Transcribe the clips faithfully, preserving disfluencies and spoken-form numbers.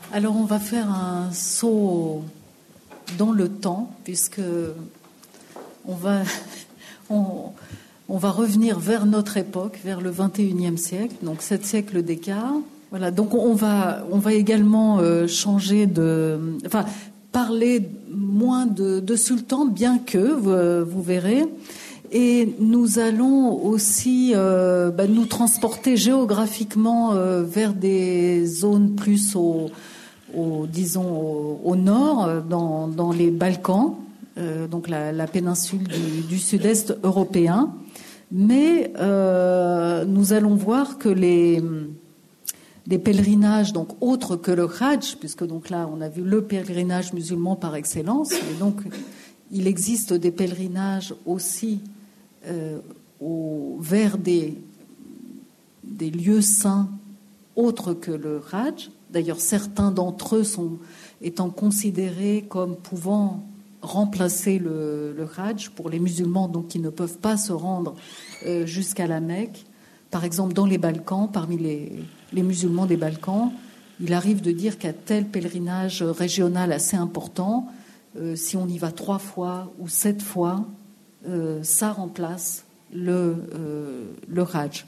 Alors on va faire un saut dans le temps, puisque on va, on, on va revenir vers notre époque, vers le vingt et unième siècle, donc sept siècles d'écart. Voilà, donc on va, on va également euh, changer de... Enfin, parler moins de, de sultan, bien que, vous, vous verrez. Et nous allons aussi euh, bah, nous transporter géographiquement euh, vers des zones plus au, au disons au, au nord, dans, dans les Balkans, euh, donc la, la péninsule du, du sud-est européen. Mais euh, nous allons voir que les, les pèlerinages, donc autres que le Hajj, puisque donc là on a vu le pèlerinage musulman par excellence, et donc il existe des pèlerinages aussi Euh, au, vers des, des lieux saints autres que le Hajj. D'ailleurs, certains d'entre eux sont étant considérés comme pouvant remplacer le, le Hajj pour les musulmans donc qui ne peuvent pas se rendre euh, jusqu'à la Mecque. Par exemple, dans les Balkans, parmi les, les musulmans des Balkans, il arrive de dire qu'à tel pèlerinage régional assez important, euh, si on y va trois fois ou sept fois, Euh, ça remplace le, euh, le Hajj.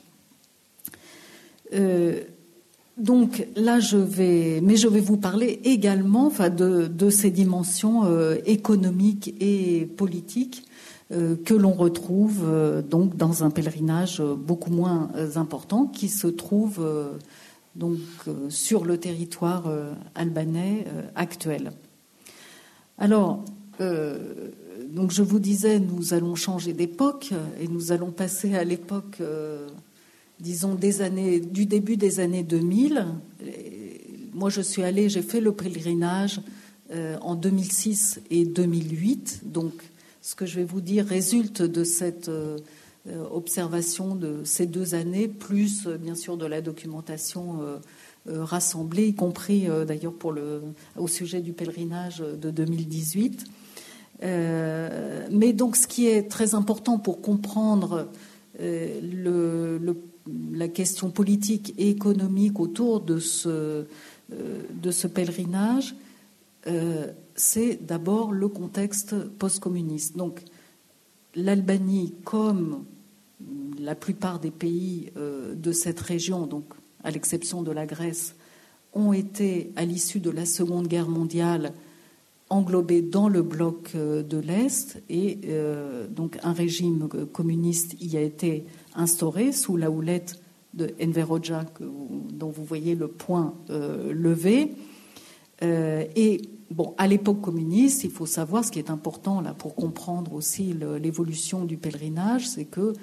Euh, donc là, je vais, mais je vais vous parler également, enfin, de, de ces dimensions euh, économiques et politiques euh, que l'on retrouve euh, donc dans un pèlerinage beaucoup moins euh, important qui se trouve euh, donc euh, sur le territoire euh, albanais euh, actuel. Alors. Euh, Donc je vous disais, nous allons changer d'époque et nous allons passer à l'époque, euh, disons, des années, du début des années deux mille. Et moi, je suis allée, j'ai fait le pèlerinage euh, en deux mille six et deux mille huit. Donc, ce que je vais vous dire résulte de cette euh, observation de ces deux années, plus euh, bien sûr de la documentation euh, euh, rassemblée, y compris euh, d'ailleurs pour le, au sujet du pèlerinage de deux mille dix-huit. Euh, mais donc, ce qui est très important pour comprendre euh, le, le, la question politique et économique autour de ce, euh, de ce pèlerinage, euh, c'est d'abord le contexte post-communiste. Donc, l'Albanie, comme la plupart des pays euh, de cette région, donc à l'exception de la Grèce, ont été, à l'issue de la Seconde Guerre mondiale, englobé dans le bloc de l'Est et euh, donc un régime communiste y a été instauré sous la houlette de Enver Hoxha dont vous voyez le point euh, levé. Euh, et bon, à l'époque communiste, il faut savoir ce qui est important là pour comprendre aussi le, l'évolution du pèlerinage, c'est que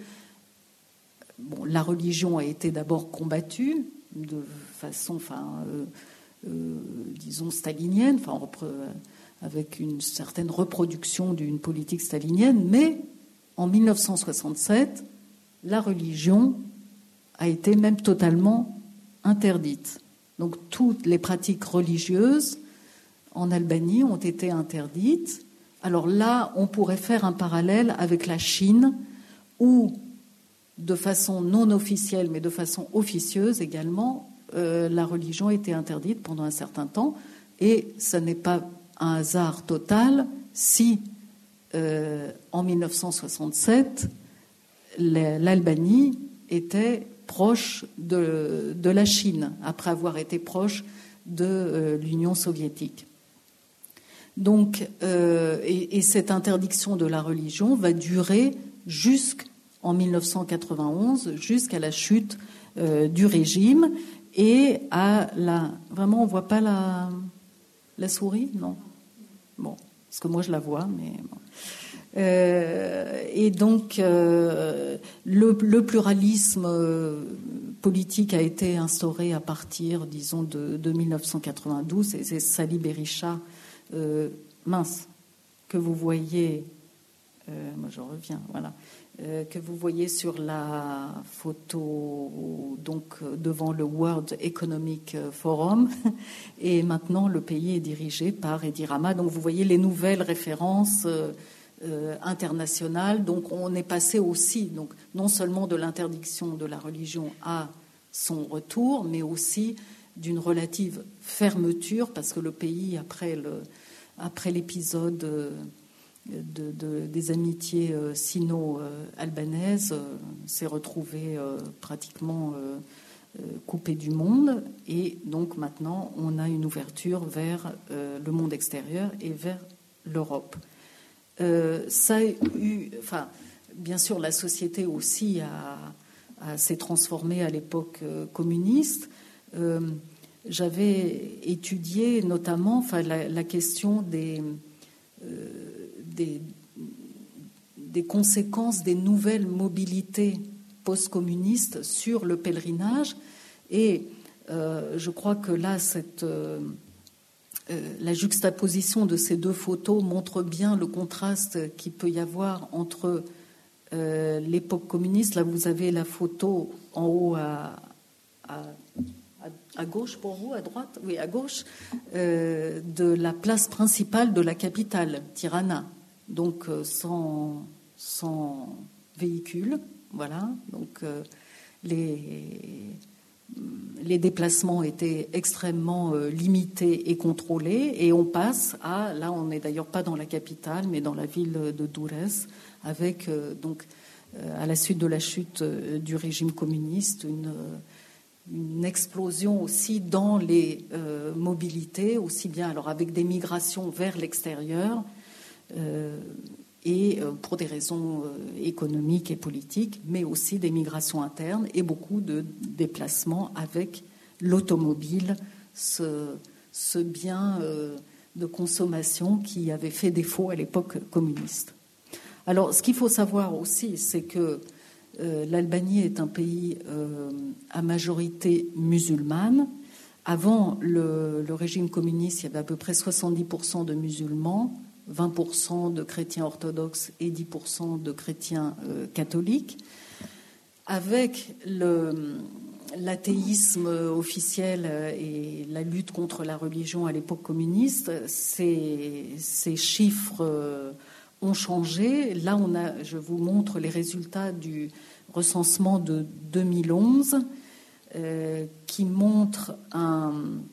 bon, la religion a été d'abord combattue de façon, enfin, euh, euh, disons stalinienne, enfin. Repre- avec une certaine reproduction d'une politique stalinienne, mais en mille neuf cent soixante-sept, la religion a été même totalement interdite. Donc toutes les pratiques religieuses en Albanie ont été interdites. Alors là, on pourrait faire un parallèle avec la Chine, où, de façon non officielle, mais de façon officieuse également, euh, la religion a été interdite pendant un certain temps, et ce n'est pas un hasard total si, euh, en mille neuf cent soixante-sept, l'Albanie était proche de, de la Chine, après avoir été proche de euh, l'Union soviétique. Donc, euh, et, et cette interdiction de la religion va durer jusqu'en mille neuf cent quatre-vingt-onze, jusqu'à la chute euh, du régime, et à la... Vraiment, on ne voit pas la, la souris ? Non. Bon, parce que moi je la vois, mais bon. Euh, et donc euh, le, le pluralisme euh, politique a été instauré à partir, disons, de, de mille neuf cent quatre-vingt-douze. Et c'est Sali Berisha, euh, mince, que vous voyez. Euh, moi je reviens, voilà. Euh, que vous voyez sur la photo donc devant le World Economic Forum, et maintenant le pays est dirigé par Edi Rama. Donc vous voyez les nouvelles références euh, euh, internationales. Donc on est passé aussi, donc non seulement de l'interdiction de la religion à son retour, mais aussi d'une relative fermeture, parce que le pays, après, le, après l'épisode de, de, des amitiés sino-albanaises, s'est retrouvé pratiquement coupé du monde. Et donc maintenant, on a une ouverture vers le monde extérieur et vers l'Europe. Euh, ça a eu, enfin, bien sûr, la société aussi a, a, s'est transformée à l'époque euh, communiste. Euh, j'avais étudié notamment, enfin, la, la question des, euh, des, des conséquences des nouvelles mobilités post-communistes sur le pèlerinage. Et euh, je crois que là, cette... Euh, Euh, la juxtaposition de ces deux photos montre bien le contraste qu'il peut y avoir entre euh, l'époque communiste. Là, vous avez la photo en haut à, à, à gauche pour vous, à droite, oui, à gauche, euh, de la place principale de la capitale, Tirana, donc euh, sans, sans véhicule, voilà. Donc euh, les Les déplacements étaient extrêmement euh, limités et contrôlés, et on passe à, là on n'est d'ailleurs pas dans la capitale, mais dans la ville de Durrës, avec euh, donc euh, à la suite de la chute euh, du régime communiste, une, une explosion aussi dans les euh, mobilités, aussi bien alors avec des migrations vers l'extérieur, euh, et pour des raisons économiques et politiques, mais aussi des migrations internes et beaucoup de déplacements avec l'automobile, ce, ce bien de consommation qui avait fait défaut à l'époque communiste. Alors, ce qu'il faut savoir aussi, c'est que euh, l'Albanie est un pays euh, à majorité musulmane. Avant le, le régime communiste, il y avait à peu près soixante-dix pour cent de musulmans, vingt pour cent de chrétiens orthodoxes et dix pour cent de chrétiens euh, catholiques. Avec le, l'athéisme officiel et la lutte contre la religion à l'époque communiste, ces, ces chiffres euh, ont changé. Là, on a, je vous montre les résultats du recensement de deux mille onze euh, qui montre un...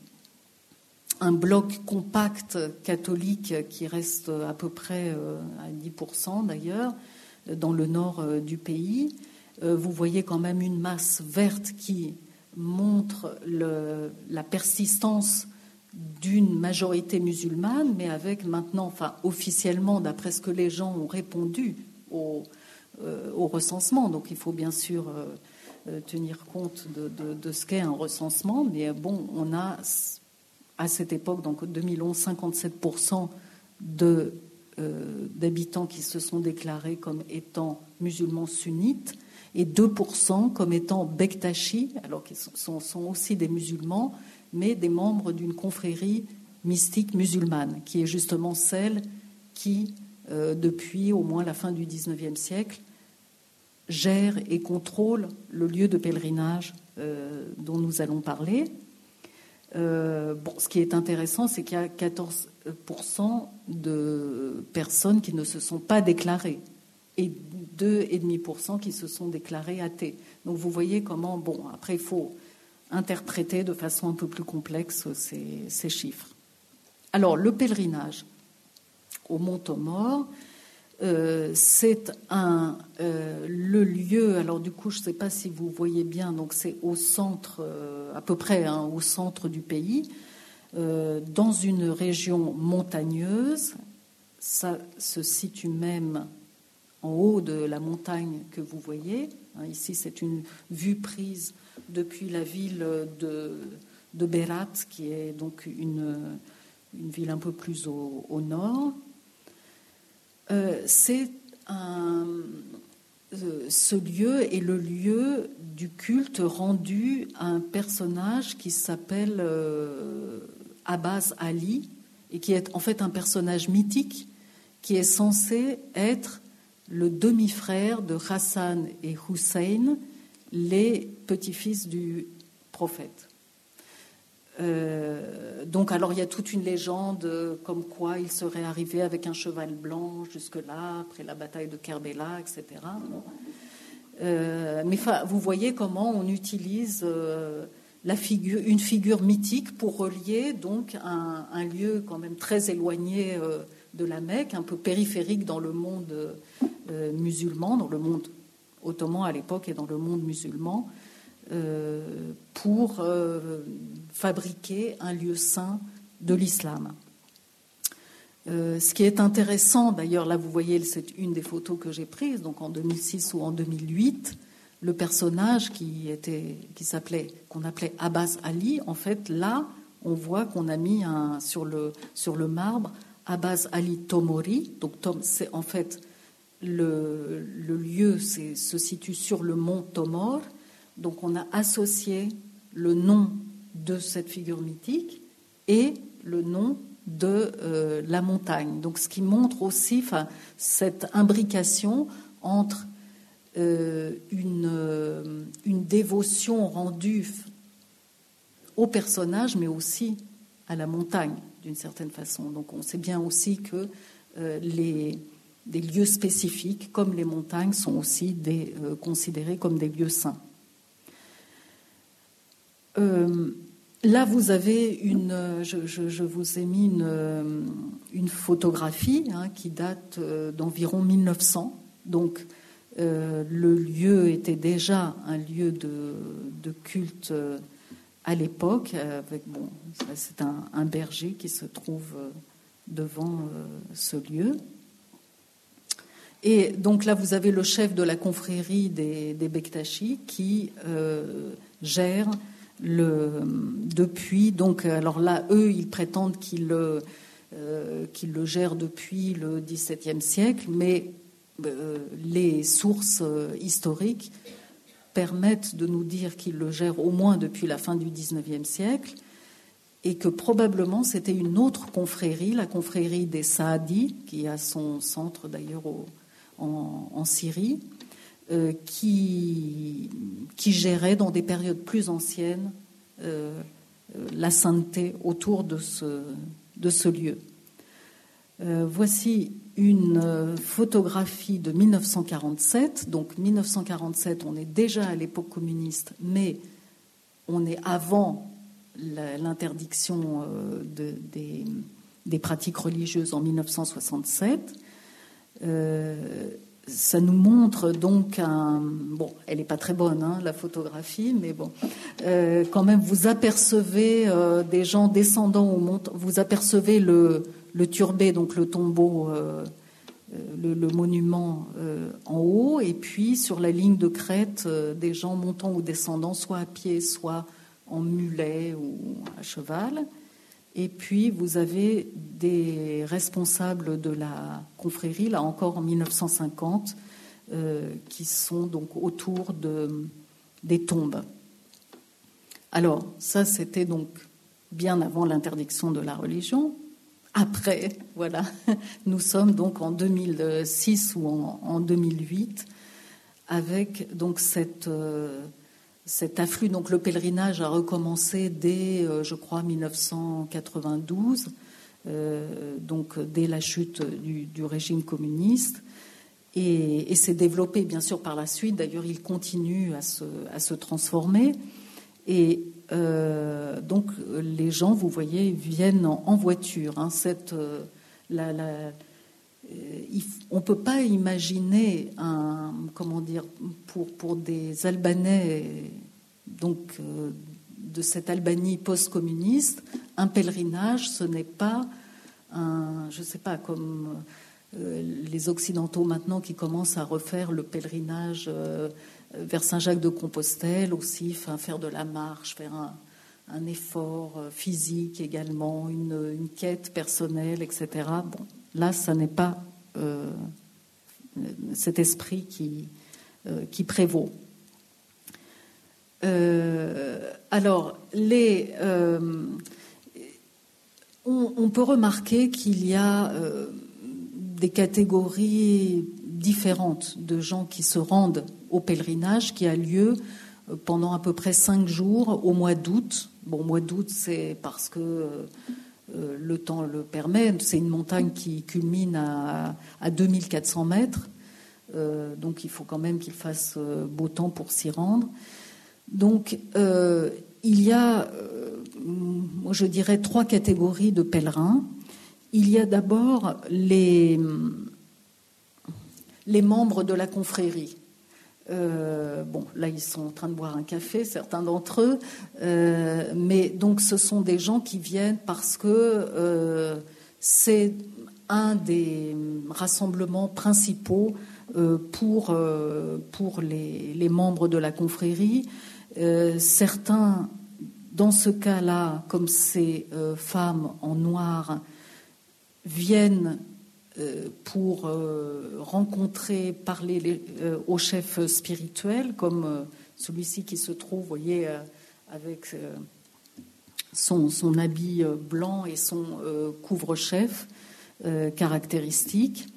un bloc compact catholique qui reste à peu près à dix pour cent d'ailleurs dans le nord du pays. Vous voyez quand même une masse verte qui montre le, la persistance d'une majorité musulmane, mais avec maintenant, enfin officiellement, d'après ce que les gens ont répondu au, euh, au recensement. Donc il faut bien sûr euh, tenir compte de, de, de ce qu'est un recensement, mais bon, on a... à cette époque, donc en deux mille onze, cinquante-sept pour cent de, euh, d'habitants qui se sont déclarés comme étant musulmans sunnites et deux pour cent comme étant Bektashi, alors qu'ils sont, sont aussi des musulmans, mais des membres d'une confrérie mystique musulmane, qui est justement celle qui, euh, depuis au moins la fin du dix-neuvième siècle, gère et contrôle le lieu de pèlerinage euh, dont nous allons parler. Euh, bon, ce qui est intéressant, c'est qu'il y a quatorze pour cent de personnes qui ne se sont pas déclarées et deux virgule cinq pour cent qui se sont déclarées athées. Donc vous voyez comment, bon, après il faut interpréter de façon un peu plus complexe ces, ces chiffres. Alors, le pèlerinage au Mont-Tomor, euh, c'est un, euh, le lieu, alors du coup je ne sais pas si vous voyez bien, donc c'est au centre, euh, à peu près hein, au centre du pays, euh, dans une région montagneuse. Ça se situe même en haut de la montagne que vous voyez. Hein, ici c'est une vue prise depuis la ville de, de Berat, qui est donc une, une ville un peu plus au, au nord. Euh, c'est un, euh, ce lieu est le lieu du culte rendu à un personnage qui s'appelle euh, Abbas Ali et qui est en fait un personnage mythique qui est censé être le demi-frère de Hassan et Hussein, les petits-fils du prophète. Euh, donc, alors il y a toute une légende comme quoi il serait arrivé avec un cheval blanc jusque-là, après la bataille de Kerbela, et cetera. Bon. Euh, mais vous voyez comment on utilise euh, la figure, une figure mythique pour relier donc un, un lieu quand même très éloigné euh, de la Mecque, un peu périphérique dans le monde euh, musulman, dans le monde ottoman à l'époque et dans le monde musulman, euh, pour euh, fabriquer un lieu saint de l'islam. Euh, ce qui est intéressant, d'ailleurs, là vous voyez, c'est une des photos que j'ai prises, donc en deux mille six ou en deux mille huit, le personnage qui était, qui s'appelait, qu'on appelait Abbas Ali, en fait, là, on voit qu'on a mis un, sur le sur le marbre Abbas Ali Tomori. Donc, Tom, c'est en fait le, le lieu c'est, se situe sur le mont Tomor. Donc, on a associé le nom de cette figure mythique et le nom de euh, la montagne. Donc, ce qui montre aussi, enfin, cette imbrication entre euh, une, euh, une dévotion rendue au personnage, mais aussi à la montagne, d'une certaine façon. Donc, on sait bien aussi que euh, les, des lieux spécifiques, comme les montagnes, sont aussi des, euh, considérés comme des lieux saints. Euh, Là, vous avez une. Je, je, je vous ai mis une, une photographie hein, qui date d'environ mille neuf cents. Donc, euh, le lieu était déjà un lieu de, de culte à l'époque. Avec bon, c'est un, un berger qui se trouve devant ce lieu. Et donc là, vous avez le chef de la confrérie des, des Bektashi qui euh, gère. Le, depuis, donc, alors là, eux, ils prétendent qu'ils le, euh, qu'ils le gèrent depuis le dix-septième siècle, mais euh, les sources euh, historiques permettent de nous dire qu'ils le gèrent au moins depuis la fin du dix-neuvième siècle, et que probablement c'était une autre confrérie, la confrérie des Saadi, qui a son centre d'ailleurs au, en, en Syrie, Euh, qui, qui gérait dans des périodes plus anciennes euh, la sainteté autour de ce, de ce lieu. Euh, voici une euh, photographie de mille neuf cent quarante-sept. Donc mille neuf cent quarante-sept, on est déjà à l'époque communiste, mais on est avant la, l'interdiction euh, de, des, des pratiques religieuses en mille neuf cent soixante-sept. Euh, Ça nous montre donc un... Bon, elle n'est pas très bonne, hein, la photographie, mais bon. Euh, quand même, vous apercevez euh, des gens descendant au mont... Vous apercevez le, le turbé, donc le tombeau, euh, le, le monument euh, en haut, et puis sur la ligne de crête, euh, des gens montant ou descendant, soit à pied, soit en mulet ou à cheval. Et puis, vous avez des responsables de la confrérie, là encore en mille neuf cent cinquante, euh, qui sont donc autour de, des tombes. Alors, ça, c'était donc bien avant l'interdiction de la religion. Après, voilà, nous sommes donc en deux mille six ou en, en deux mille huit, avec donc cette... Euh, Cet afflux, donc le pèlerinage a recommencé dès, euh, je crois, mille neuf cent quatre-vingt-douze, euh, donc dès la chute du, du régime communiste, et, et s'est développé bien sûr par la suite. D'ailleurs, il continue à se, à se transformer. Et euh, donc les gens, vous voyez, viennent en, en voiture. Hein, cette, euh, la, la, on ne peut pas imaginer un, comment dire, pour, pour des Albanais, donc euh, de cette Albanie post-communiste, un pèlerinage, ce n'est pas un, je ne sais pas, comme euh, les Occidentaux maintenant qui commencent à refaire le pèlerinage euh, vers Saint-Jacques-de-Compostelle aussi, enfin, faire de la marche, faire un, un effort physique également, une, une quête personnelle, et cetera. Bon. Là, ça n'est pas euh, cet esprit qui, euh, qui prévaut. Euh, alors, les, euh, on, on peut remarquer qu'il y a euh, des catégories différentes de gens qui se rendent au pèlerinage qui a lieu pendant à peu près cinq jours au mois d'août. Bon, mois d'août, c'est parce que... Euh, Euh, le temps le permet. C'est une montagne qui culmine à, à deux mille quatre cents mètres, euh, donc il faut quand même qu'il fasse beau temps pour s'y rendre. Donc euh, il y a, euh, moi je dirais, trois catégories de pèlerins. Il y a d'abord les, les membres de la confrérie. Euh, bon, là, ils sont en train de boire un café, certains d'entre eux, euh, mais donc ce sont des gens qui viennent parce que euh, c'est un des rassemblements principaux euh, pour, euh, pour les, les membres de la confrérie. Euh, certains, dans ce cas-là, comme ces euh, femmes en noir, viennent euh, pour euh, rencontrer, parler les, euh, aux chefs spirituels, comme euh, celui-ci qui se trouve, vous voyez, euh, avec euh, son, son habit euh, blanc et son euh, couvre-chef euh, caractéristique.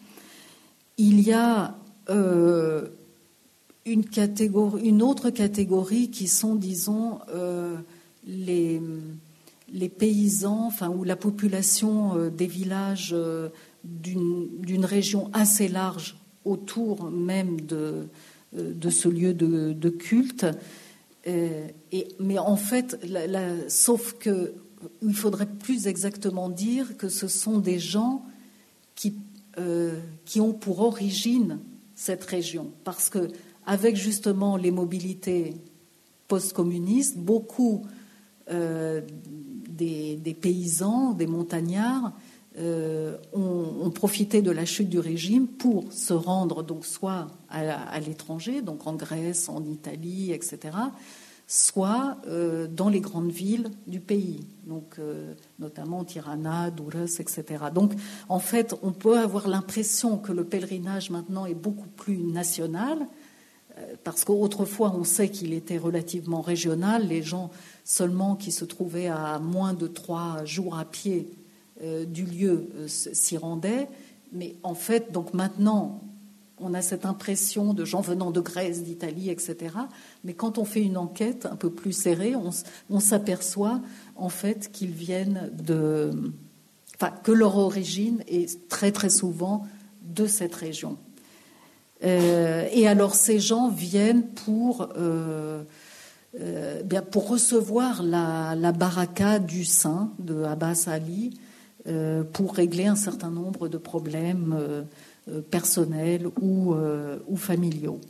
Il y a euh, une, catégorie, une autre catégorie qui sont, disons, euh, les, les paysans, enfin, ou la population euh, des villages euh, d'une, d'une région assez large autour même de, euh, de ce lieu de, de culte. Euh, et, mais en fait, la, la, sauf que il faudrait plus exactement dire que ce sont des gens qui, euh, qui ont pour origine cette région, parce que avec justement les mobilités post-communistes, beaucoup euh, des, des paysans, des montagnards euh, ont, ont profité de la chute du régime pour se rendre donc soit à, à l'étranger, donc en Grèce, en Italie, et cetera, soit euh, dans les grandes villes du pays, donc euh, notamment Tirana, Durrës, et cetera. Donc, en fait, on peut avoir l'impression que le pèlerinage maintenant est beaucoup plus national, euh, parce qu'autrefois, on sait qu'il était relativement régional. Les gens seulement qui se trouvaient à moins de trois jours à pied euh, du lieu euh, s'y rendaient. Mais en fait, donc maintenant, on a cette impression de gens venant de Grèce, d'Italie, et cetera. Mais quand on fait une enquête un peu plus serrée, on, on s'aperçoit en fait qu'ils viennent de, enfin, que leur origine est très très souvent de cette région. Euh, et alors ces gens viennent pour euh, euh, bien pour recevoir la, la baraka du saint de Abbas Ali euh, pour régler un certain nombre de problèmes euh, personnels ou, euh, ou familiaux.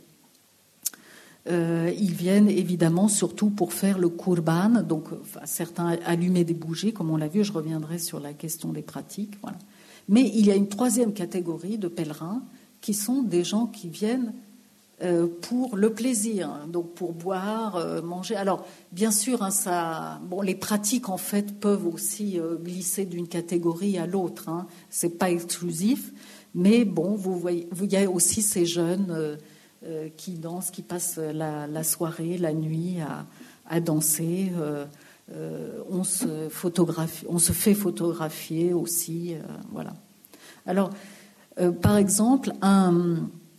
Euh, ils viennent évidemment surtout pour faire le kurban, donc enfin, certains allumer des bougies, comme on l'a vu, je reviendrai sur la question des pratiques. Voilà. Mais il y a une troisième catégorie de pèlerins qui sont des gens qui viennent euh, pour le plaisir, donc pour boire, euh, manger. Alors, bien sûr, hein, ça, bon, les pratiques en fait peuvent aussi euh, glisser d'une catégorie à l'autre. Hein. C'est pas exclusif. Mais bon, vous voyez, il y a aussi ces jeunes euh, euh, qui dansent, qui passent la, la soirée, la nuit à, à danser. Euh, euh, on se photographie, on se fait photographier aussi, euh, voilà. Alors, euh, par exemple, un,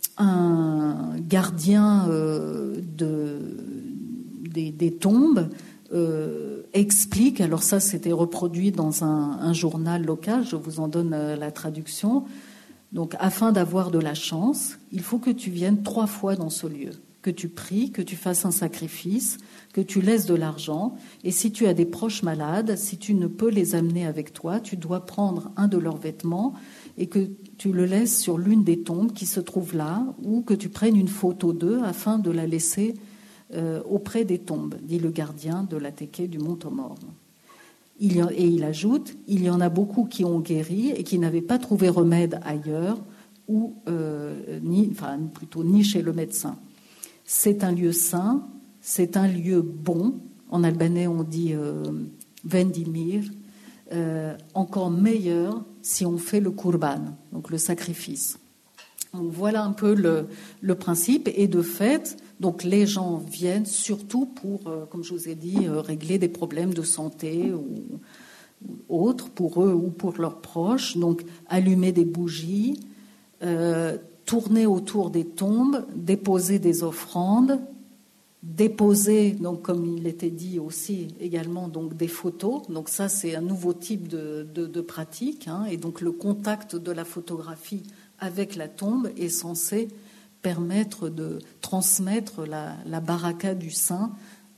un gardien euh, de, des, des tombes euh, explique. Alors ça, c'était reproduit dans un, un journal local. Je vous en donne euh, la traduction. Donc, afin d'avoir de la chance, il faut que tu viennes trois fois dans ce lieu, que tu pries, que tu fasses un sacrifice, que tu laisses de l'argent. Et si tu as des proches malades, si tu ne peux les amener avec toi, tu dois prendre un de leurs vêtements et que tu le laisses sur l'une des tombes qui se trouve là, ou que tu prennes une photo d'eux afin de la laisser euh, auprès des tombes, dit le gardien de la Téké du Mont Tomorn. Il y en, et il ajoute, il y en a beaucoup qui ont guéri et qui n'avaient pas trouvé remède ailleurs, ou euh, ni, enfin plutôt ni chez le médecin. C'est un lieu saint, c'est un lieu bon. En albanais, on dit euh, vendimir, euh, encore meilleur si on fait le kurban, donc le sacrifice. Donc voilà un peu le, le principe. Et de fait, donc les gens viennent surtout pour, euh, comme je vous ai dit, euh, régler des problèmes de santé ou, ou autres pour eux ou pour leurs proches. Donc allumer des bougies, euh, tourner autour des tombes, déposer des offrandes, déposer, donc comme il était dit aussi également, donc des photos. Donc ça, c'est un nouveau type de, de, de pratique. Hein, et donc le contact de la photographie avec la tombe est censé permettre de transmettre la, la baraka du saint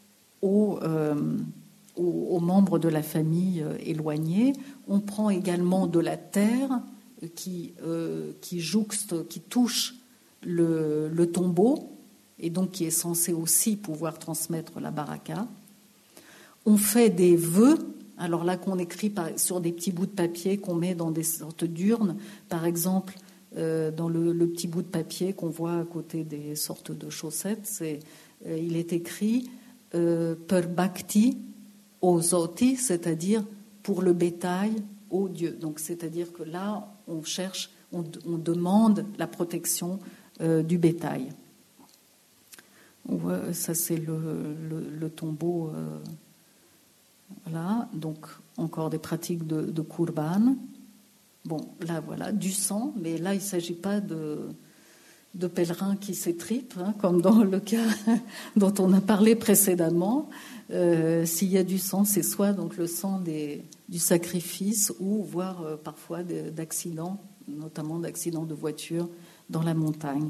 aux, euh, aux, aux membres de la famille euh, éloignés. On prend également de la terre qui, euh, qui jouxte, qui touche le, le tombeau, et donc qui est censé aussi pouvoir transmettre la baraka. On fait des vœux, alors là qu'on écrit par, sur des petits bouts de papier qu'on met dans des sortes d'urnes, par exemple euh, dans le, le petit bout de papier qu'on voit à côté des sortes de chaussettes, c'est, euh, il est écrit euh, per bhakti o zoti, c'est-à-dire pour le bétail au Dieu. Donc c'est-à-dire que là on cherche, on, on demande la protection euh, du bétail. Ouais, ça c'est le, le, le tombeau. Euh, voilà, donc encore des pratiques de, de Kurban. Bon, là voilà, du sang, mais là il ne s'agit pas de, de pèlerins qui s'étripent, hein, comme dans le cas dont on a parlé précédemment. Euh, s'il y a du sang, c'est soit donc le sang des, du sacrifice ou voire euh, parfois de, d'accidents, notamment d'accidents de voiture dans la montagne.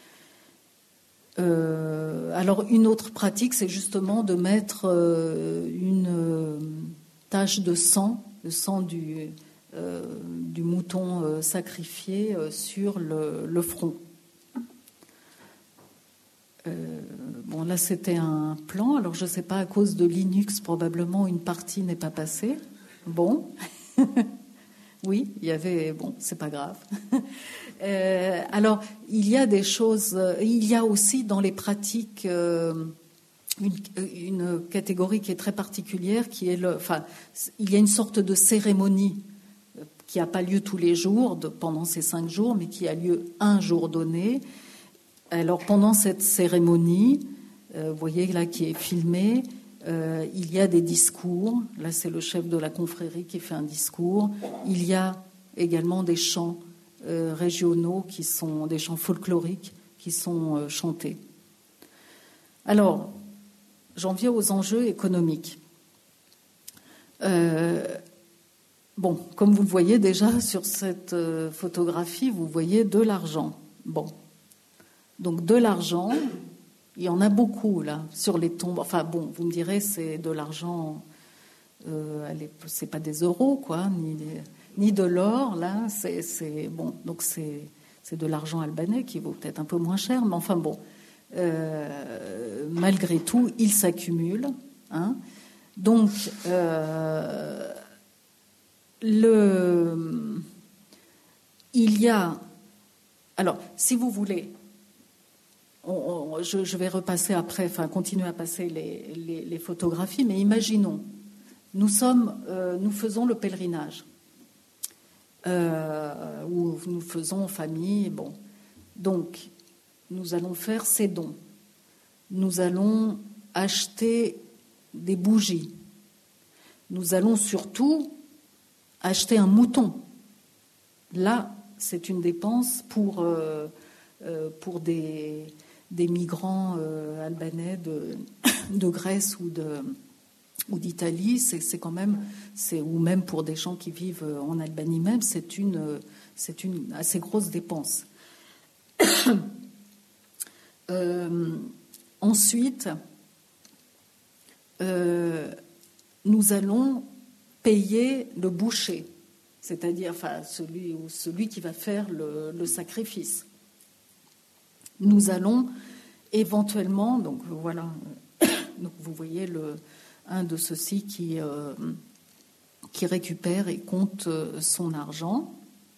Euh, alors une autre pratique, c'est justement de mettre euh, une euh, tache de sang, le sang du, euh, du mouton euh, sacrifié euh, sur le, le front. Euh, bon, là c'était un plan, alors je ne sais pas, à cause de Linux, probablement une partie n'est pas passée. Bon, oui, il y avait, bon, c'est pas grave. Euh, alors, il y a des choses, il y a aussi dans les pratiques euh, une, une catégorie qui est très particulière, qui est le, enfin, il y a une sorte de cérémonie qui n'a pas lieu tous les jours, de, pendant ces cinq jours, mais qui a lieu un jour donné. Alors, pendant cette cérémonie, euh, vous voyez là qui est filmé, euh, il y a des discours. Là, c'est le chef de la confrérie qui fait un discours. Il y a également des chants Euh, régionaux, qui sont des chants folkloriques qui sont euh, chantés. Alors, j'en viens aux enjeux économiques. Euh, bon, comme vous le voyez déjà sur cette euh, photographie, vous voyez de l'argent. Bon, donc de l'argent, il y en a beaucoup là sur les tombes. Enfin bon, vous me direz, c'est de l'argent, euh, allez, c'est pas des euros quoi, ni des ni de l'or, là, c'est, c'est bon, donc c'est, c'est de l'argent albanais qui vaut peut-être un peu moins cher, mais enfin bon, euh, malgré tout, il s'accumule. Hein. Donc, euh, le, il y a, alors, si vous voulez, on, on, je, je vais repasser après, enfin, continuer à passer les, les, les photographies, mais imaginons, nous sommes, euh, nous faisons le pèlerinage. Euh, où nous faisons en famille. Bon. Donc, nous allons faire ces dons. Nous allons acheter des bougies. Nous allons surtout acheter un mouton. Là, c'est une dépense pour, euh, euh, pour des, des migrants euh, albanais de, de Grèce ou de... ou d'Italie, c'est, c'est quand même, c'est, ou même pour des gens qui vivent en Albanie même, c'est une, c'est une assez grosse dépense. euh, ensuite, euh, nous allons payer le boucher, c'est-à-dire enfin, celui, ou celui qui va faire le, le sacrifice. Nous allons éventuellement, donc voilà, donc vous voyez le un de ceux-ci qui, euh, qui récupère et compte son argent.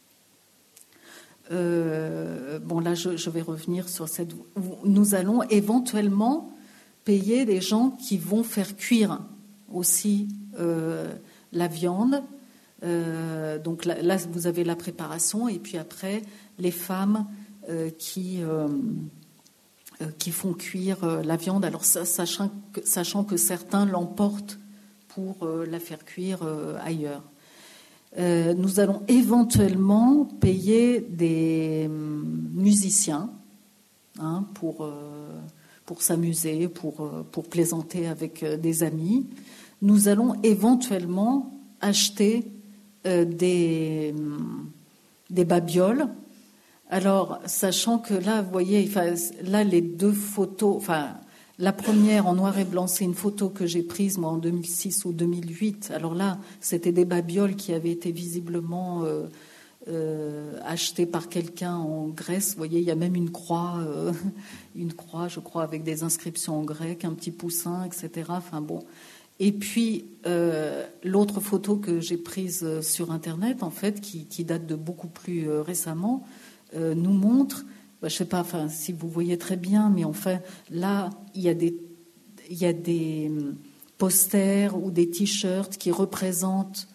Euh, bon, là, je, je vais revenir sur cette... Nous allons éventuellement payer des gens qui vont faire cuire aussi euh, la viande. Euh, donc là, là, vous avez la préparation et puis après, les femmes euh, qui... Euh, qui font cuire la viande, alors sachant que, sachant que certains l'emportent pour la faire cuire ailleurs. Euh, nous allons éventuellement payer des musiciens hein, pour, pour s'amuser, pour, pour plaisanter avec des amis. Nous allons éventuellement acheter des, des babioles. Alors, sachant que là, vous voyez, enfin, là, les deux photos, enfin, La première, en noir et blanc, c'est une photo que j'ai prise, moi, en deux mille six ou deux mille huit. Alors là, c'était des babioles qui avaient été visiblement euh, euh, achetées par quelqu'un en Grèce. Vous voyez, il y a même une croix, euh, une croix, je crois, avec des inscriptions en grec, un petit poussin, et cetera. Enfin bon. Et puis, euh, l'autre photo que j'ai prise sur Internet, en fait, qui, qui date de beaucoup plus euh, récemment, euh, nous montre, bah, je ne sais pas enfin, si vous voyez très bien, mais enfin, là, il y a des, il y a des posters ou des t-shirts qui représentent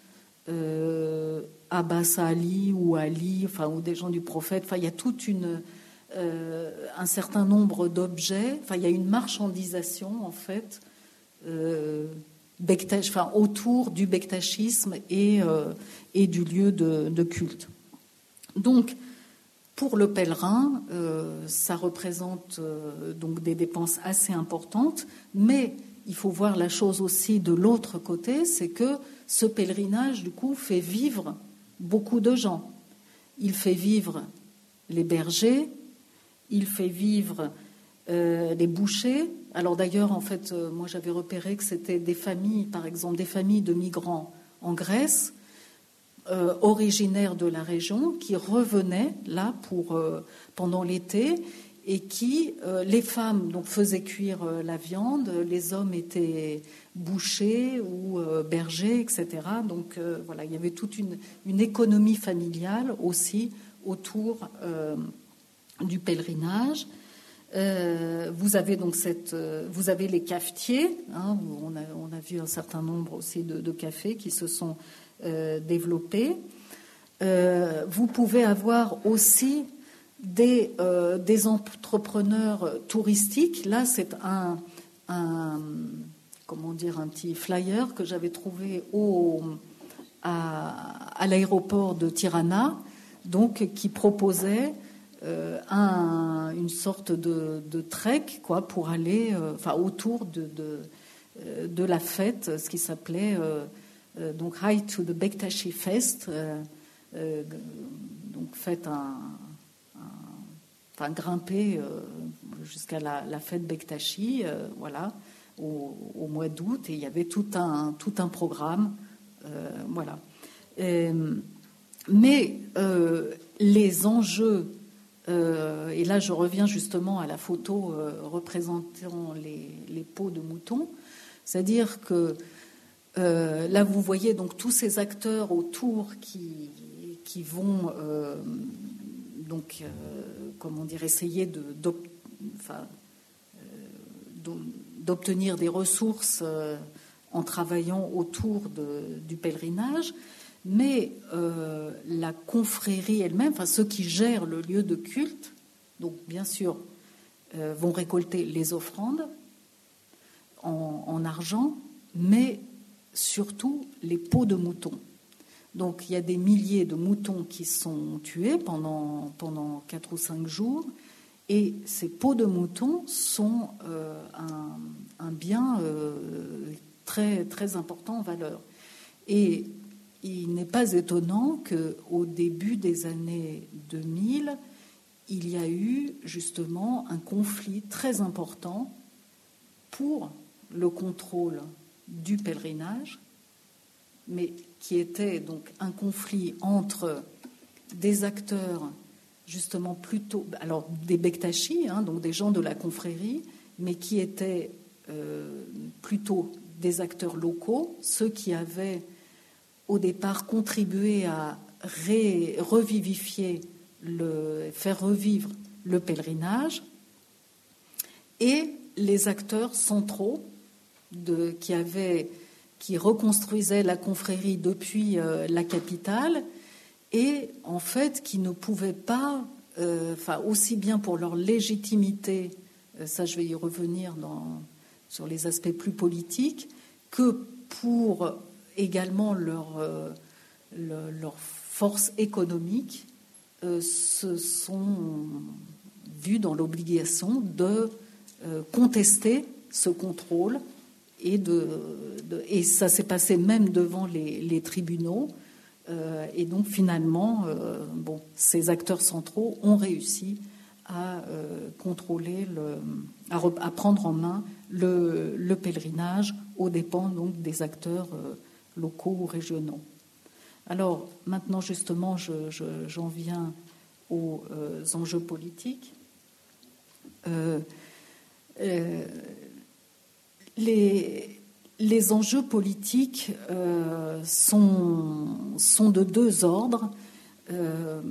euh, Abbas Ali ou Ali, enfin, ou des gens du prophète. Enfin, il y a toute une, euh, un certain nombre d'objets. Enfin, il y a une marchandisation, en fait, Euh, Bektash, enfin, autour du bektachisme et, euh, et du lieu de, de culte. Donc, pour le pèlerin, euh, ça représente euh, donc des dépenses assez importantes, mais il faut voir la chose aussi de l'autre côté, c'est que ce pèlerinage, du coup, fait vivre beaucoup de gens. Il fait vivre les bergers, il fait vivre euh, les bouchers. Alors d'ailleurs, en fait, euh, moi j'avais repéré que c'était des familles, par exemple, des familles de migrants en Grèce, euh, originaires de la région, qui revenaient là pour euh, pendant l'été et qui, euh, les femmes donc faisaient cuire euh, la viande, les hommes étaient bouchers ou euh, bergers, et cetera. Donc euh, voilà, il y avait toute une, une économie familiale aussi autour euh, du pèlerinage. Euh, vous avez donc cette, euh, vous avez les cafetiers. Hein, on a, on a vu un certain nombre aussi de, de cafés qui se sont euh, développés. Euh, vous pouvez avoir aussi des, euh, des entrepreneurs touristiques. Là, c'est un, un, comment dire, un petit flyer que j'avais trouvé au, à, à l'aéroport de Tirana, donc qui proposait Euh, un, une sorte de, de trek quoi, pour aller euh, enfin, autour de, de, euh, de la fête, ce qui s'appelait euh, euh, donc Hike to the Bektashi Fest, euh, euh, donc faites un, un, enfin, grimper euh, jusqu'à la, la fête Bektashi, euh, voilà, au, au mois d'août, et il y avait tout un, tout un programme, euh, voilà. Et, mais euh, les enjeux Euh, et là, je reviens justement à la photo euh, représentant les, les peaux de mouton. C'est-à-dire que euh, là, vous voyez donc tous ces acteurs autour qui, qui vont euh, donc, euh, comment dire, essayer de, d'ob, enfin, euh, d'obtenir des ressources euh, en travaillant autour de, du pèlerinage. Mais euh, la confrérie elle-même, enfin ceux qui gèrent le lieu de culte, donc bien sûr, euh, vont récolter les offrandes en, en argent, mais surtout les peaux de moutons. Donc il y a des milliers de moutons qui sont tués pendant, pendant quatre ou cinq jours, et ces peaux de moutons sont euh, un, un bien euh, très, très important en valeur. Et il n'est pas étonnant qu'au début des années deux mille, il y a eu justement un conflit très important pour le contrôle du pèlerinage, mais qui était donc un conflit entre des acteurs justement plutôt, alors des Bektashi, hein, donc des gens de la confrérie, mais qui étaient euh, plutôt des acteurs locaux, ceux qui avaient au départ contribuer à ré, revivifier, le, faire revivre le pèlerinage, et les acteurs centraux de, qui, avaient, qui reconstruisaient la confrérie depuis euh, la capitale, et en fait qui ne pouvaient pas, euh, enfin aussi bien pour leur légitimité, euh, ça je vais y revenir dans, sur les aspects plus politiques, que pour également leur, euh, le, leur force économique, euh, se sont vus dans l'obligation de euh, contester ce contrôle, et, de, de, et ça s'est passé même devant les, les tribunaux, euh, et donc finalement euh, bon, ces acteurs centraux ont réussi à euh, contrôler, le, à, re, à prendre en main le, le pèlerinage aux dépens donc des acteurs euh, locaux ou régionaux. Alors maintenant justement, je, je, j'en viens aux euh, enjeux politiques. Euh, euh, les, les enjeux politiques euh, sont, sont de deux ordres. Euh,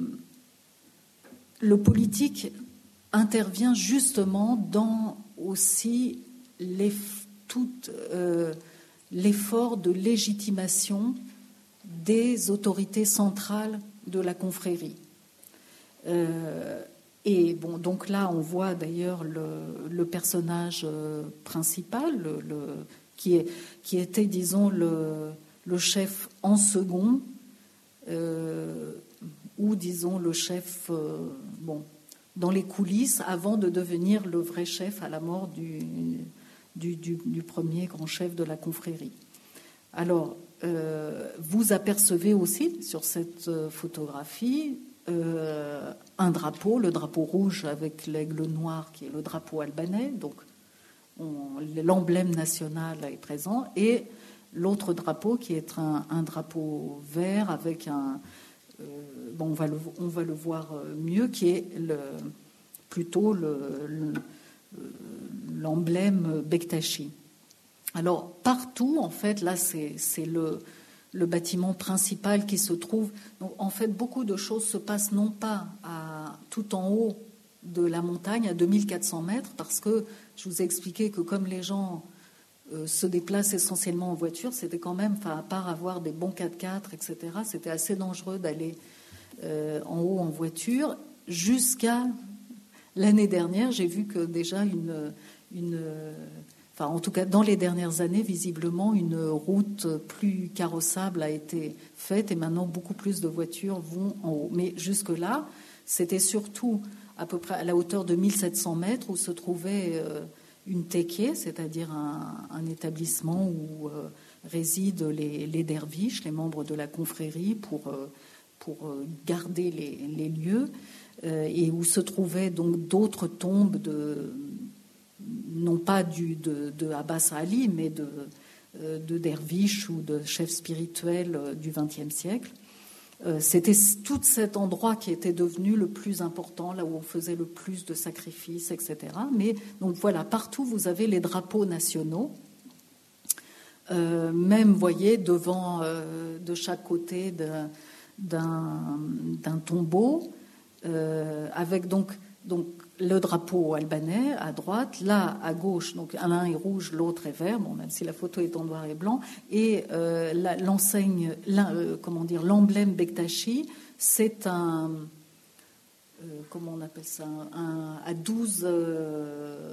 le politique intervient justement dans aussi les, tout euh, l'effort de légitimation des autorités centrales de la confrérie. Euh, et bon, donc là, on voit d'ailleurs le, le personnage euh, principal, le, le, qui, est, qui était, disons, le, le chef en second, euh, ou disons le chef, euh, bon, dans les coulisses, avant de devenir le vrai chef à la mort du, du, du, du premier grand chef de la confrérie. Alors, euh, vous apercevez aussi sur cette photographie euh, un drapeau, le drapeau rouge avec l'aigle noir qui est le drapeau albanais, donc on, l'emblème national est présent, et l'autre drapeau qui est un, un drapeau vert avec un... Euh, bon, on va, le, on va le voir mieux, qui est le, plutôt le, le, l'emblème Bektashi. Alors, partout, en fait, là, c'est, c'est le, le bâtiment principal qui se trouve. Donc, en fait, beaucoup de choses se passent non pas à, tout en haut de la montagne, à deux mille quatre cents mètres, parce que je vous ai expliqué que comme les gens euh, se déplacent essentiellement en voiture, c'était quand même, enfin, à part avoir des bons quatre-quatre, et cetera, c'était assez dangereux d'aller euh, en haut en voiture. Jusqu'à l'année dernière, j'ai vu que déjà une... une Enfin, en tout cas, dans les dernières années, visiblement, une route plus carrossable a été faite et maintenant beaucoup plus de voitures vont en haut. Mais jusque-là, c'était surtout à peu près à la hauteur de mille sept cents mètres où se trouvait une teké, c'est-à-dire un, un établissement où euh, résident les, les derviches, les membres de la confrérie, pour, euh, pour garder les, les lieux, euh, et où se trouvaient donc d'autres tombes de... non pas du, de, de Abbas Ali, mais de, de derviches ou de chefs spirituels du vingtième siècle. C'était tout cet endroit qui était devenu le plus important, là où on faisait le plus de sacrifices, et cetera. Mais donc voilà, partout vous avez les drapeaux nationaux. Euh, même, vous voyez, devant, euh, de chaque côté de, d'un, d'un tombeau, euh, avec donc... donc le drapeau albanais à droite, là à gauche, donc l'un est rouge, l'autre est vert, bon, même si la photo est en noir et blanc, et euh, la, l'enseigne, la, euh, comment dire, l'emblème Bektashi, c'est un, euh, comment on appelle ça, un, à douze, euh,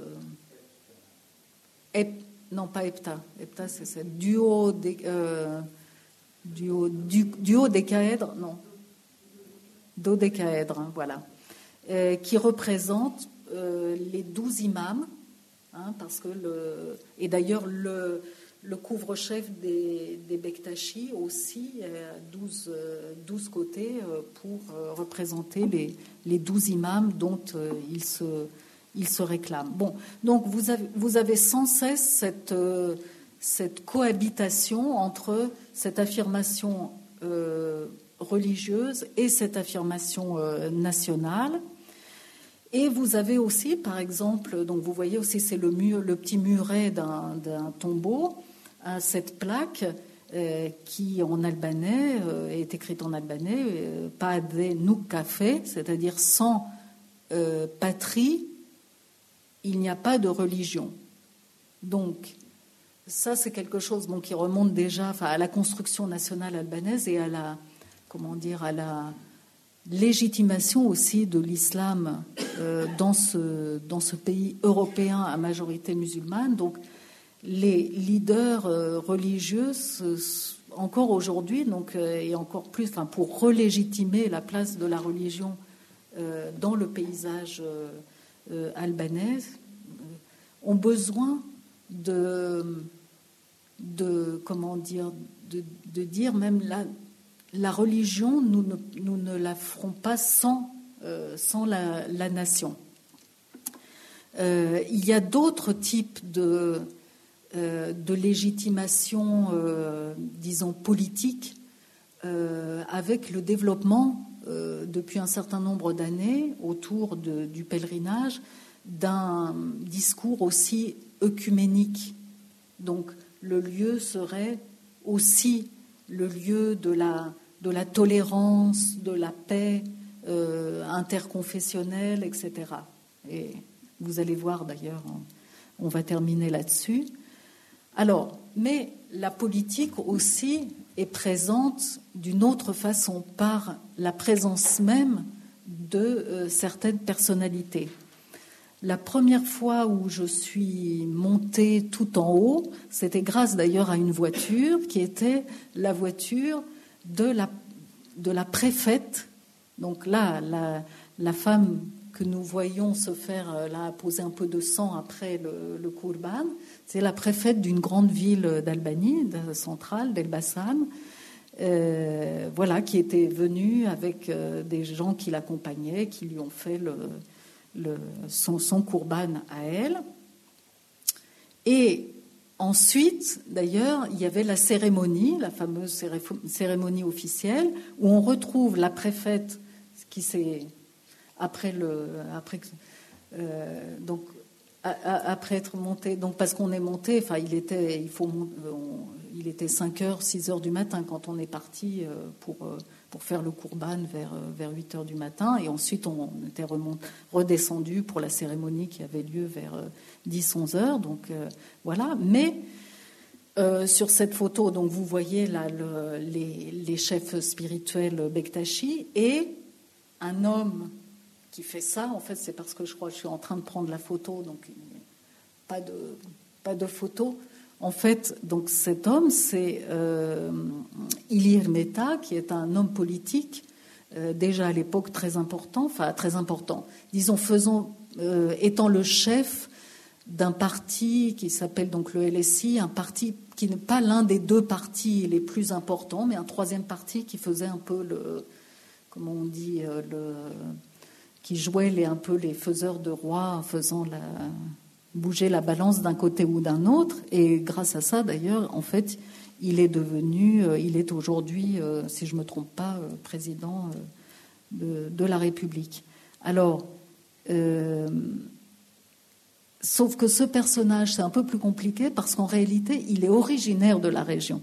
ep, non pas hepta, hepta c'est ça, duo, euh, duo, du, duo décaèdre, non, dodécaèdre, hein, voilà. Euh, qui représente euh, les douze imams, hein, parce que le, et d'ailleurs le, le couvre-chef des, des Bektashi aussi a douze, douze côtés euh, pour euh, représenter les, les douze imams dont euh, il, se, il se réclame. Bon, donc vous avez, vous avez sans cesse cette, euh, cette cohabitation entre cette affirmation euh, religieuse et cette affirmation euh, nationale. Et vous avez aussi, par exemple, donc vous voyez aussi, c'est le, mur, le petit muret d'un, d'un tombeau, hein, cette plaque euh, qui, en albanais, euh, est écrite en albanais, euh, Pade nuk kafe, c'est-à-dire sans euh, patrie, il n'y a pas de religion. Donc, ça, c'est quelque chose bon, qui remonte déjà enfin, à la construction nationale albanaise et à la, comment dire, à la légitimation aussi de l'islam euh, dans ce, dans ce pays européen à majorité musulmane. Donc, les leaders euh, religieux, se, encore aujourd'hui, donc, euh, et encore plus, enfin, pour relégitimer la place de la religion euh, dans le paysage euh, euh, albanais, euh, ont besoin de, de comment dire, de, de dire même là. La religion, nous ne, nous ne la ferons pas sans, euh, sans la, la nation. Euh, il y a d'autres types de, euh, de légitimation, euh, disons, politique, euh, avec le développement, euh, depuis un certain nombre d'années, autour de, du pèlerinage, d'un discours aussi œcuménique. Donc, le lieu serait aussi le lieu de la, de la tolérance, de la paix euh, interconfessionnelle, et cetera. Et vous allez voir d'ailleurs, on va terminer là-dessus. Alors, mais la politique aussi est présente d'une autre façon, par la présence même de euh, certaines personnalités. La première fois où je suis montée tout en haut, c'était grâce d'ailleurs à une voiture qui était la voiture de la, de la préfète. Donc là, la, la femme que nous voyons se faire, là, poser un peu de sang après le, le Kurban, c'est la préfète d'une grande ville d'Albanie, centrale, d'Elbasan, euh, voilà, qui était venue avec euh, des gens qui l'accompagnaient, qui lui ont fait le, le, son, son Kurban à elle. Et ensuite, d'ailleurs, il y avait la cérémonie, la fameuse cérémonie officielle, où on retrouve la préfète qui s'est... Après le, après, euh, donc a, a, après être monté, donc parce qu'on est monté, enfin il était, il faut, on, il était cinq heures, six heures du matin quand on est parti pour pour faire le Kurban vers vers huit heures du matin, et ensuite on était remont, redescendu pour la cérémonie qui avait lieu vers dix, onze heures, donc euh, voilà. Mais euh, sur cette photo, donc vous voyez là le, les les chefs spirituels Bektashi et un homme qui fait ça, en fait, c'est parce que je crois que je suis en train de prendre la photo, donc pas de, pas de photo. En fait, donc cet homme, c'est euh, Ilir Mehta, qui est un homme politique, euh, déjà à l'époque très important, enfin très important, disons, faisant, euh, étant le chef d'un parti qui s'appelle donc le L S I, un parti qui n'est pas l'un des deux partis les plus importants, mais un troisième parti qui faisait un peu le, comment on dit, euh, le... qui jouait les, un peu les faiseurs de rois, en faisant la, bouger la balance d'un côté ou d'un autre. Et grâce à ça, d'ailleurs, en fait, il est devenu, euh, il est aujourd'hui, euh, si je ne me trompe pas, euh, président euh, de, de la République. Alors, euh, sauf que ce personnage, c'est un peu plus compliqué parce qu'en réalité, il est originaire de la région.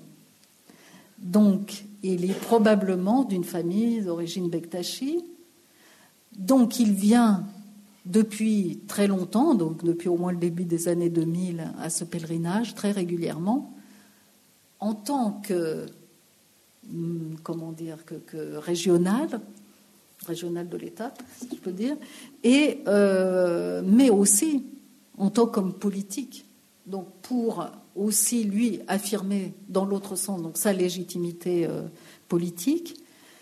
Donc, il est probablement d'une famille d'origine Bektashi. Donc, il vient depuis très longtemps, donc depuis au moins le début des années deux mille, à ce pèlerinage, très régulièrement, en tant que, comment dire, que, que régional, régional de l'État, si je peux dire, et, euh, mais aussi en tant qu'homme politique. Donc, pour aussi, lui, affirmer dans l'autre sens donc, sa légitimité euh, politique,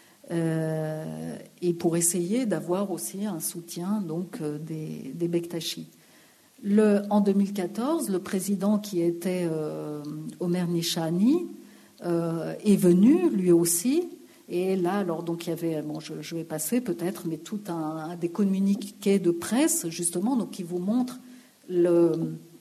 Euh, et pour essayer d'avoir aussi un soutien donc euh, des, des Bektashi. Le, en deux mille quatorze, le président qui était euh, Omer Nishani euh, est venu lui aussi, et là alors donc il y avait, bon je, je vais passer peut-être, mais tout un, un des communiqués de presse justement donc qui vous montrent le,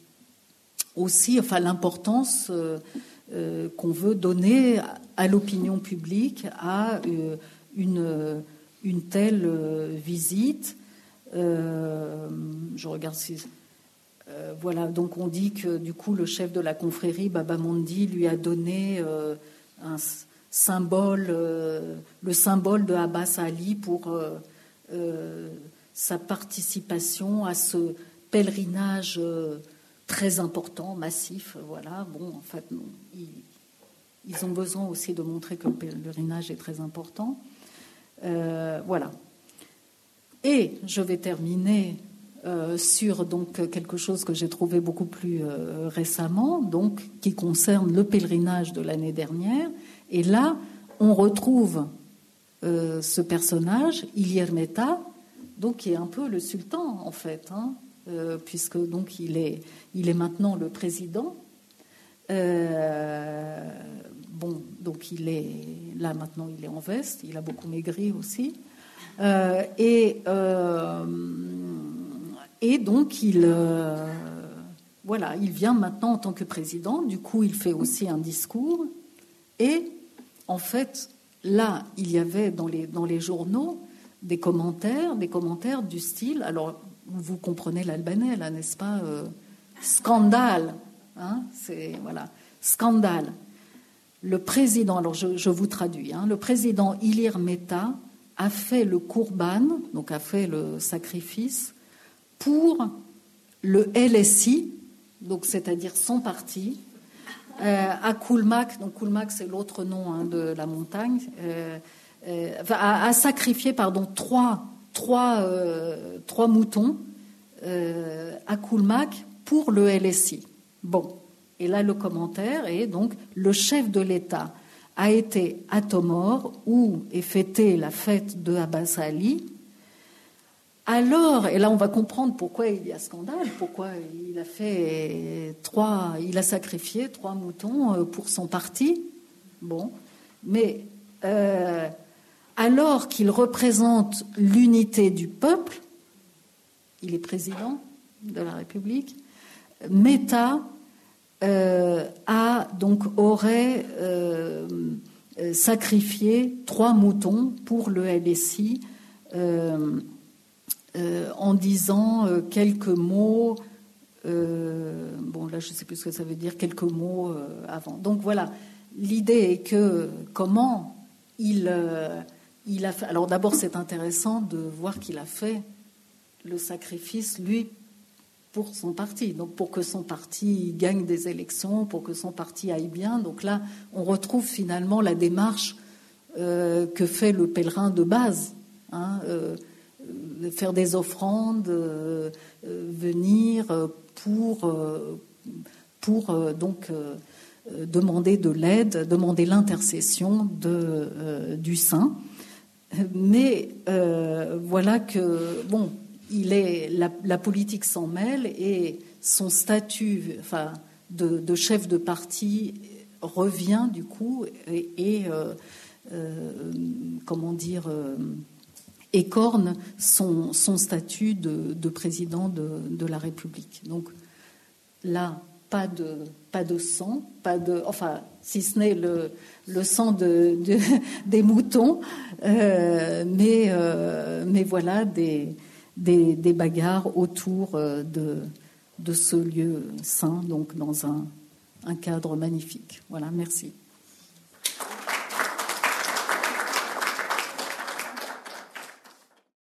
aussi enfin l'importance euh, euh, qu'on veut donner à, à l'opinion publique à euh, Une, une telle euh, visite. Euh, je regarde si... Euh, voilà, donc on dit que du coup le chef de la confrérie, Baba Mondi, lui a donné euh, un symbole, euh, le symbole de Abbas Ali pour euh, euh, sa participation à ce pèlerinage euh, très important, massif. Voilà, bon, en fait, non, ils, ils ont besoin aussi de montrer que le pèlerinage est très important. Euh, voilà. Et je vais terminer euh, sur donc quelque chose que j'ai trouvé beaucoup plus euh, récemment, donc qui concerne le pèlerinage de l'année dernière. Et là, on retrouve euh, ce personnage, Ilir Mehta, donc qui est un peu le sultan en fait, hein, euh, puisque donc il est, il est maintenant le président. Euh, bon, donc il est là maintenant, il est en veste, il a beaucoup maigri aussi, euh, et euh, Et donc, il, euh, voilà, il vient maintenant en tant que président. Du coup, il fait aussi un discours. Et en fait, là, il y avait dans les, dans les journaux des commentaires, des commentaires du style. Alors, vous comprenez l'albanais, là, n'est-ce pas euh, Scandale. Hein, c'est, voilà, scandale. Le président, alors je, je vous traduis, hein, le président Ilir Meta a fait le courban, donc a fait le sacrifice, pour le L S I, donc c'est-à-dire son parti, euh, à Kulmak, donc Kulmak c'est l'autre nom hein, de la montagne, euh, euh, a, a sacrifié pardon trois trois euh, trois moutons euh, à Kulmak pour le L S I. Bon, et là le commentaire est donc le chef de l'État a été à Tomor où est fêtée la fête de Abbas Ali. Alors, et là on va comprendre pourquoi il y a scandale, pourquoi il a fait trois, il a sacrifié trois moutons pour son parti. Bon, mais euh, alors qu'il représente l'unité du peuple, il est président de la République, Meta euh, a donc aurait euh, sacrifié trois moutons pour le L S I. Euh, Euh, en disant euh, quelques mots, euh, bon là je ne sais plus ce que ça veut dire, quelques mots euh, avant. Donc voilà, l'idée est que comment il, euh, il a fait. Alors d'abord c'est intéressant de voir qu'il a fait le sacrifice lui pour son parti, donc pour que son parti gagne des élections, pour que son parti aille bien. Donc là on retrouve finalement la démarche euh, que fait le pèlerin de base. Hein, euh, faire des offrandes, euh, euh, venir pour, euh, pour euh, donc euh, demander de l'aide, demander l'intercession de, euh, du saint. Mais euh, voilà que bon, il est la, la politique s'en mêle et son statut, enfin, de, de chef de parti revient du coup et, et euh, euh, comment dire. Euh, écorne son, son statut de, de président de, de la République. Donc là, pas de, pas de sang, pas de, enfin, si ce n'est le, le sang de, de, des moutons, euh, mais, euh, mais voilà des, des, des bagarres autour de, de ce lieu saint, donc dans un, un cadre magnifique. Voilà, merci.